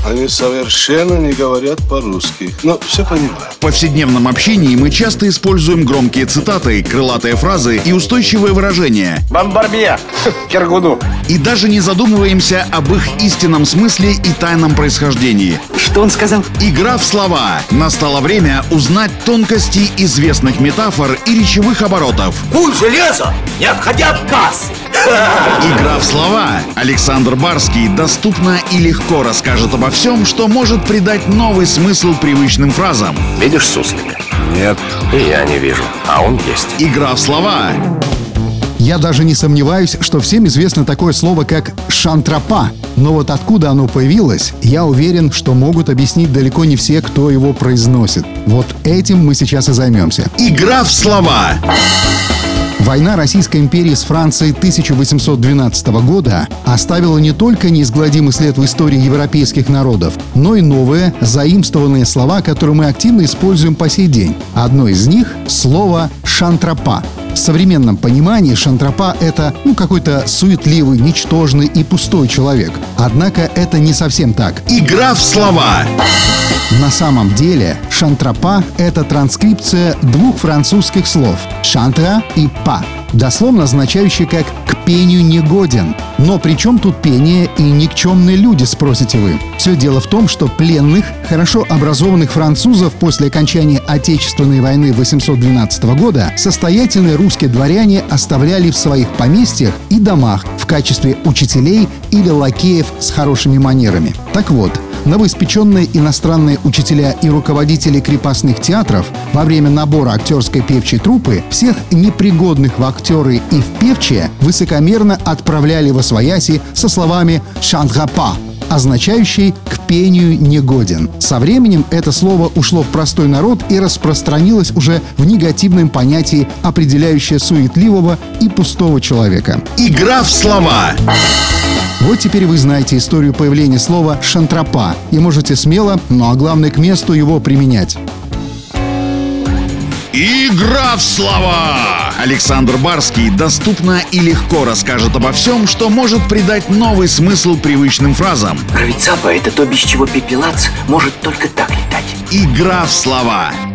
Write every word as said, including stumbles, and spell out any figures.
Они совершенно не говорят по-русски, но все понимаю. В повседневном общении мы часто используем громкие цитаты, крылатые фразы и устойчивые выражения. Бомбарбье! Киргуду! И даже не задумываемся об их истинном смысле и тайном происхождении. Что он сказал? Игра в слова. Настало время узнать тонкости известных метафор и речевых оборотов. Куй железо, не отходя от кассы. Игра в слова. Александр Барский доступно и легко расскажет обо всем, что может придать новый смысл привычным фразам. Видишь суслика? Нет. И я не вижу, а он есть. Игра в слова. Я даже не сомневаюсь, что всем известно такое слово, как «шантропа». Но вот откуда оно появилось, я уверен, что могут объяснить далеко не все, кто его произносит. Вот этим мы сейчас и займемся. Игра в слова. Война Российской империи с Францией тысяча восемьсот двенадцатого года оставила не только неизгладимый след в истории европейских народов, но и новые, заимствованные слова, которые мы активно используем по сей день. Одно из них — слово «шантропа». В современном понимании шантропа — это, ну, какой-то суетливый, ничтожный и пустой человек. Однако это не совсем так. Игра в слова. На самом деле шантропа — это транскрипция двух французских слов «шантра» и «па», дословно означающие как «к пению негоден». Но при чем тут пение и никчемные люди, спросите вы? Все дело в том, что пленных, хорошо образованных французов после окончания Отечественной войны восемьсот двенадцатого года состоятельные русские дворяне оставляли в своих поместьях и домах в качестве учителей или лакеев с хорошими манерами. Так вот, новоиспеченные иностранные учителя и руководители крепостных театров во время набора актерской певчей труппы всех непригодных в актеры и в певчие высокомерно отправляли во свояси со словами «шантропа», означающий «к пению негоден». Со временем это слово ушло в простой народ и распространилось уже в негативном понятии, определяющее суетливого и пустого человека. Игра в слова. Вот теперь вы знаете историю появления слова «шантропа» и можете смело, ну а главное к месту его применять. Игра в слова. Александр Барский доступно и легко расскажет обо всем, что может придать новый смысл привычным фразам. Рыцапа — это то, без чего пепелац может только так летать. Игра в слова.